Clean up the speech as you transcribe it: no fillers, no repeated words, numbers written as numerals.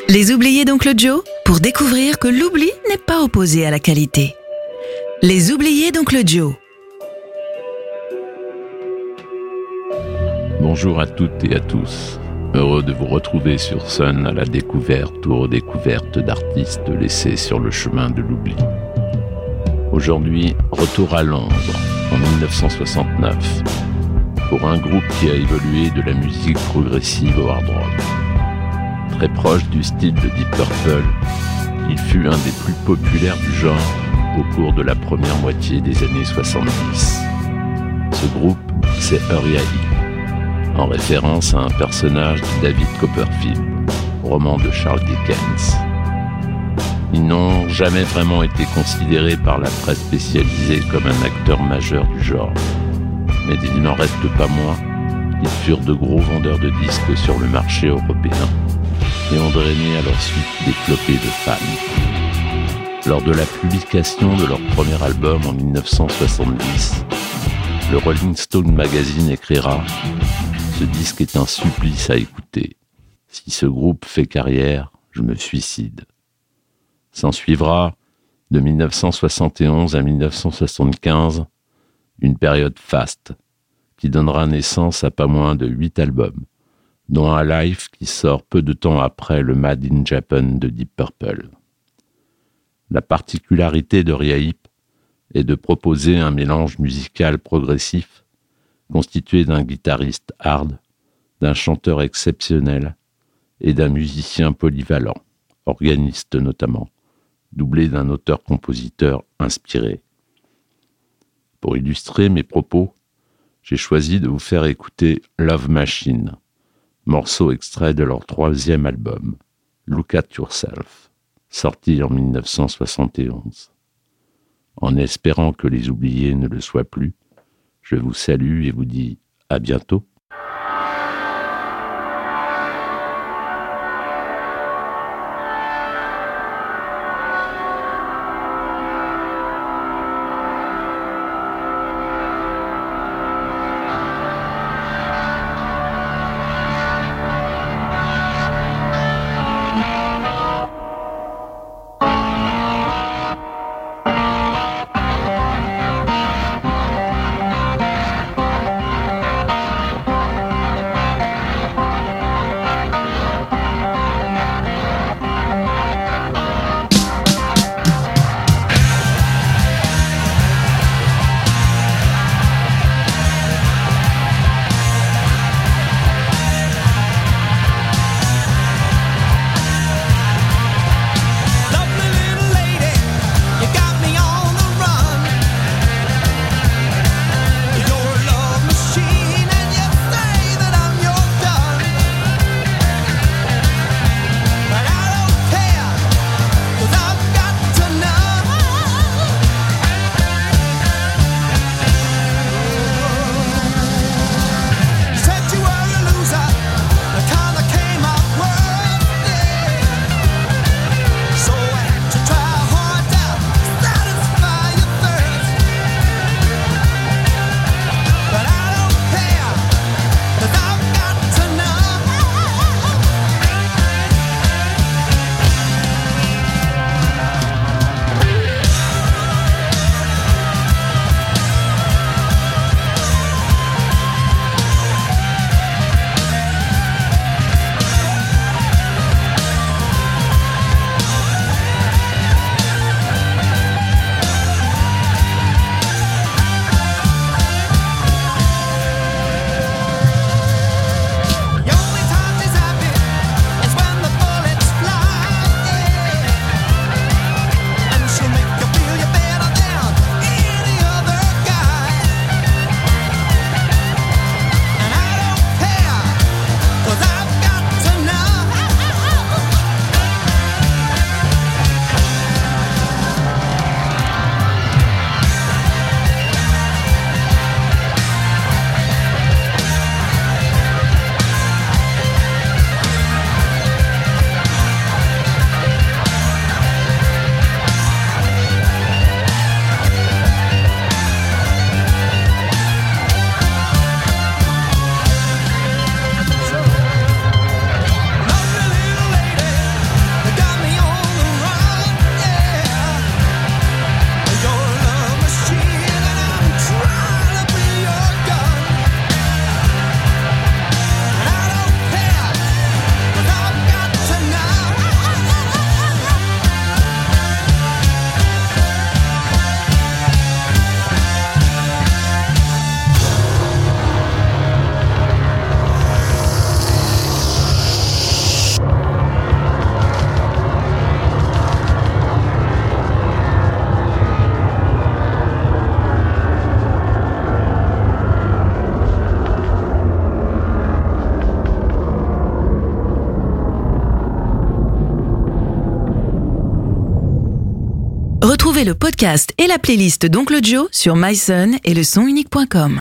Les oubliés d'Oncle Joe, pour découvrir que l'oubli n'est pas opposé à la qualité. Les oubliés d'Oncle Joe. Bonjour à toutes et à tous. Heureux de vous retrouver sur Sun à la découverte ou redécouverte d'artistes laissés sur le chemin de l'oubli. Aujourd'hui, retour à Londres, en 1969, pour un groupe qui a évolué de la musique progressive au hard rock. Très proche du style de Deep Purple, il fut un des plus populaires du genre au cours de la première moitié des années 70. Ce groupe, c'est Uriah Heep, en référence à un personnage de David Copperfield, roman de Charles Dickens. Ils n'ont jamais vraiment été considérés par la presse spécialisée comme un acteur majeur du genre, mais il n'en reste pas moins qu'ils furent de gros vendeurs de disques sur le marché européen et ont drainé à leur suite des flopées de fans. Lors de la publication de leur premier album en 1970, le Rolling Stone Magazine écrira « Ce disque est un supplice à écouter. Si ce groupe fait carrière, je me suicide. » S'en suivra, de 1971 à 1975, une période faste qui donnera naissance à pas moins de 8 albums, dont un live qui sort peu de temps après le Made in Japan de Deep Purple. La particularité de Uriah Heep est de proposer un mélange musical progressif constitué d'un guitariste hard, d'un chanteur exceptionnel et d'un musicien polyvalent, organiste notamment, doublé d'un auteur-compositeur inspiré. Pour illustrer mes propos, j'ai choisi de vous faire écouter Love Machine, morceau extrait de leur troisième album, Look at Yourself, sorti en 1971. En espérant que les oubliés ne le soient plus, je vous salue et vous dis à bientôt. Retrouvez le podcast et la playlist d'Oncle Joe sur myson et lesonunique.com.